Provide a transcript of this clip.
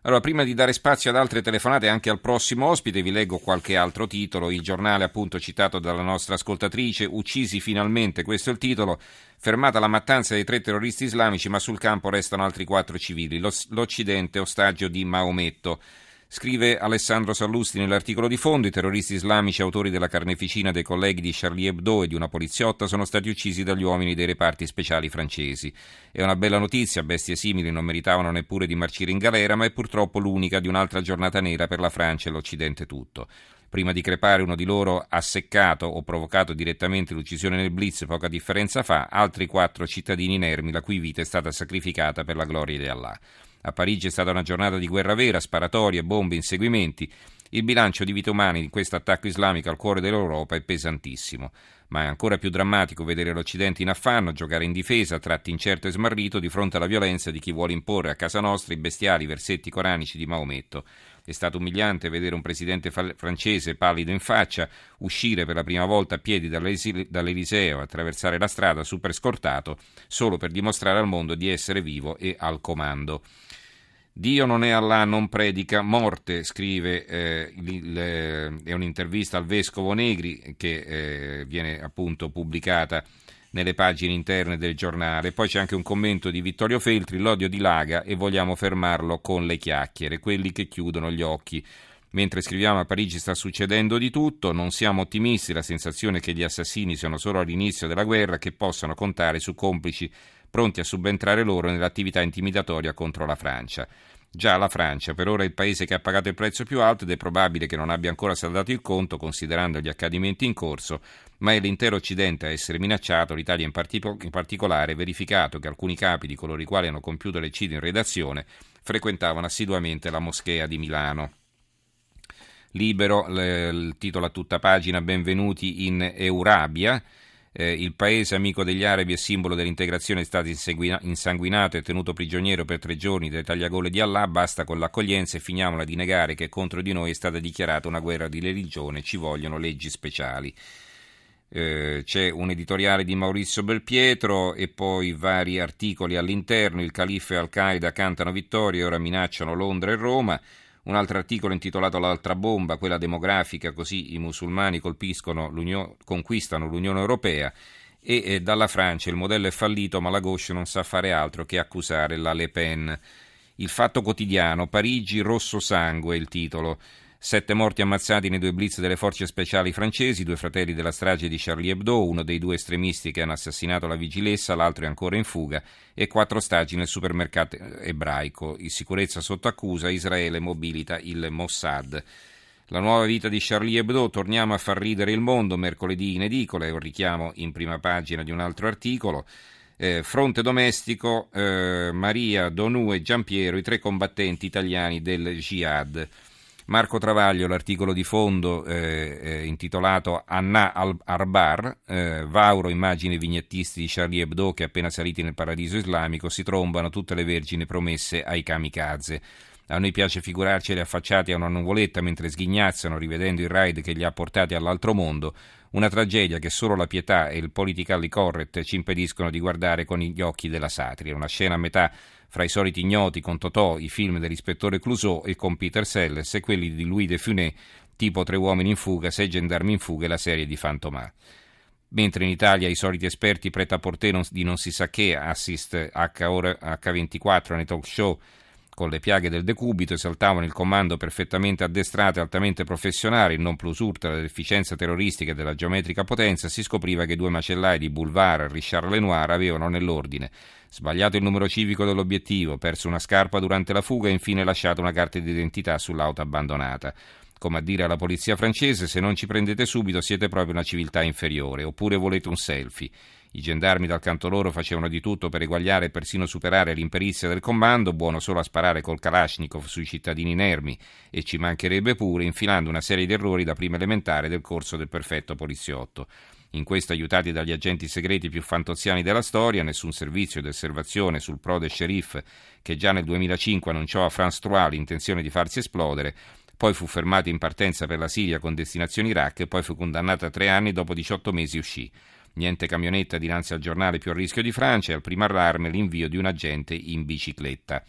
Allora, prima di dare spazio ad altre telefonate anche al prossimo ospite, vi leggo qualche altro titolo. Il giornale, appunto, citato dalla nostra ascoltatrice, uccisi finalmente, questo è il titolo. Fermata la mattanza dei 3 terroristi islamici, ma sul campo restano altri 4 civili. L'Occidente ostaggio di Maometto. Scrive Alessandro Sallusti nell'articolo di fondo: i terroristi islamici autori della carneficina dei colleghi di Charlie Hebdo e di una poliziotta sono stati uccisi dagli uomini dei reparti speciali francesi. È una bella notizia, bestie simili non meritavano neppure di marcire in galera, ma è purtroppo l'unica di un'altra giornata nera per la Francia e l'Occidente tutto. Prima di crepare uno di loro ha seccato o provocato direttamente l'uccisione nel blitz poca differenza fa altri 4 cittadini inermi la cui vita è stata sacrificata per la gloria di Allah. A Parigi è stata una giornata di guerra vera, sparatorie, bombe, inseguimenti. Il bilancio di vite umane in questo attacco islamico al cuore dell'Europa è pesantissimo. Ma è ancora più drammatico vedere l'Occidente in affanno, giocare in difesa, a tratti incerto e smarrito di fronte alla violenza di chi vuole imporre a casa nostra i bestiali versetti coranici di Maometto. È stato umiliante vedere un presidente francese pallido in faccia uscire per la prima volta a piedi dall'Eliseo, attraversare la strada super scortato, solo per dimostrare al mondo di essere vivo e al comando. Dio non è Allah, non predica morte, scrive, è un'intervista al vescovo Negri che viene appunto pubblicata nelle pagine interne del giornale. Poi c'è anche un commento di Vittorio Feltri: l'odio dilaga e vogliamo fermarlo con le chiacchiere, quelli che chiudono gli occhi. Mentre scriviamo a Parigi sta succedendo di tutto, non siamo ottimisti, la sensazione che gli assassini siano solo all'inizio della guerra, che possano contare su complici pronti a subentrare loro nell'attività intimidatoria contro la Francia. Già la Francia, per ora è il paese che ha pagato il prezzo più alto ed è probabile che non abbia ancora saldato il conto considerando gli accadimenti in corso, ma è l'intero Occidente a essere minacciato, l'Italia in particolare, verificato che alcuni capi di coloro i quali hanno compiuto l'eccidio in redazione frequentavano assiduamente la moschea di Milano. Libero, il titolo a tutta pagina: benvenuti in Eurabia. Il paese amico degli arabi e simbolo dell'integrazione è stato insanguinato e tenuto prigioniero per 3 giorni dai tagliagole di Allah. Basta con l'accoglienza e finiamola di negare che contro di noi è stata dichiarata una guerra di religione, ci vogliono leggi speciali. C'è un editoriale di Maurizio Belpietro e poi vari articoli all'interno. Il califo e Al-Qaeda cantano vittoria e ora minacciano Londra e Roma. Un altro articolo intitolato L'altra bomba, quella demografica, così i musulmani conquistano l'Unione Europea. E dalla Francia: il modello è fallito ma la gauche non sa fare altro che accusare la Le Pen. Il Fatto Quotidiano: Parigi rosso sangue, il titolo. 7 morti ammazzati nei 2 blitz delle forze speciali francesi, 2 fratelli della strage di Charlie Hebdo, uno dei 2 estremisti che hanno assassinato la vigilessa, l'altro è ancora in fuga, e 4 ostaggi nel supermercato ebraico. In sicurezza sotto accusa, Israele mobilita il Mossad. La nuova vita di Charlie Hebdo, torniamo a far ridere il mondo, mercoledì in edicola, è un richiamo in prima pagina di un altro articolo. Fronte domestico, Maria, Donù e Giampiero, i 3 combattenti italiani del Jihad. Marco Travaglio, l'articolo di fondo intitolato Anna Arbar, Vauro, immagini vignettisti di Charlie Hebdo che appena saliti nel paradiso islamico si trombano tutte le vergini promesse ai kamikaze. A noi piace figurarceli affacciati a una nuvoletta mentre sghignazzano rivedendo il raid che li ha portati all'altro mondo, una tragedia che solo la pietà e il politically correct ci impediscono di guardare con gli occhi della satira. Una scena a metà fra i soliti ignoti con Totò, i film dell'ispettore Clouseau, e con Peter Sellers e quelli di Louis de Funès, tipo 3 uomini in fuga, 6 gendarmi in fuga e la serie di Fantomas. Mentre in Italia i soliti esperti prêt-à-porter di non si sa che, assist H24 nei talk show con le piaghe del decubito, esaltavano il comando perfettamente addestrato e altamente professionale, il non plus ultra dell'efficienza terroristica e della geometrica potenza, si scopriva che 2 macellai di Boulevard Richard Lenoir avevano nell'ordine sbagliato il numero civico dell'obiettivo, perso una scarpa durante la fuga e infine lasciato una carta d'identità sull'auto abbandonata. Come a dire alla polizia francese: se non ci prendete subito siete proprio una civiltà inferiore, oppure volete un selfie. I gendarmi dal canto loro facevano di tutto per eguagliare e persino superare l'imperizia del comando, buono solo a sparare col Kalashnikov sui cittadini inermi, e ci mancherebbe pure, infilando una serie di errori da prima elementare del corso del perfetto poliziotto. In questo, aiutati dagli agenti segreti più fantoziani della storia, nessun servizio di osservazione sul prode sceriff che già nel 2005 annunciò a France 3 l'intenzione di farsi esplodere, poi fu fermato in partenza per la Siria con destinazione Iraq e poi fu condannato a 3 anni, dopo 18 mesi uscì. Niente camionetta dinanzi al giornale più a rischio di Francia e al primo allarme l'invio di un agente in bicicletta.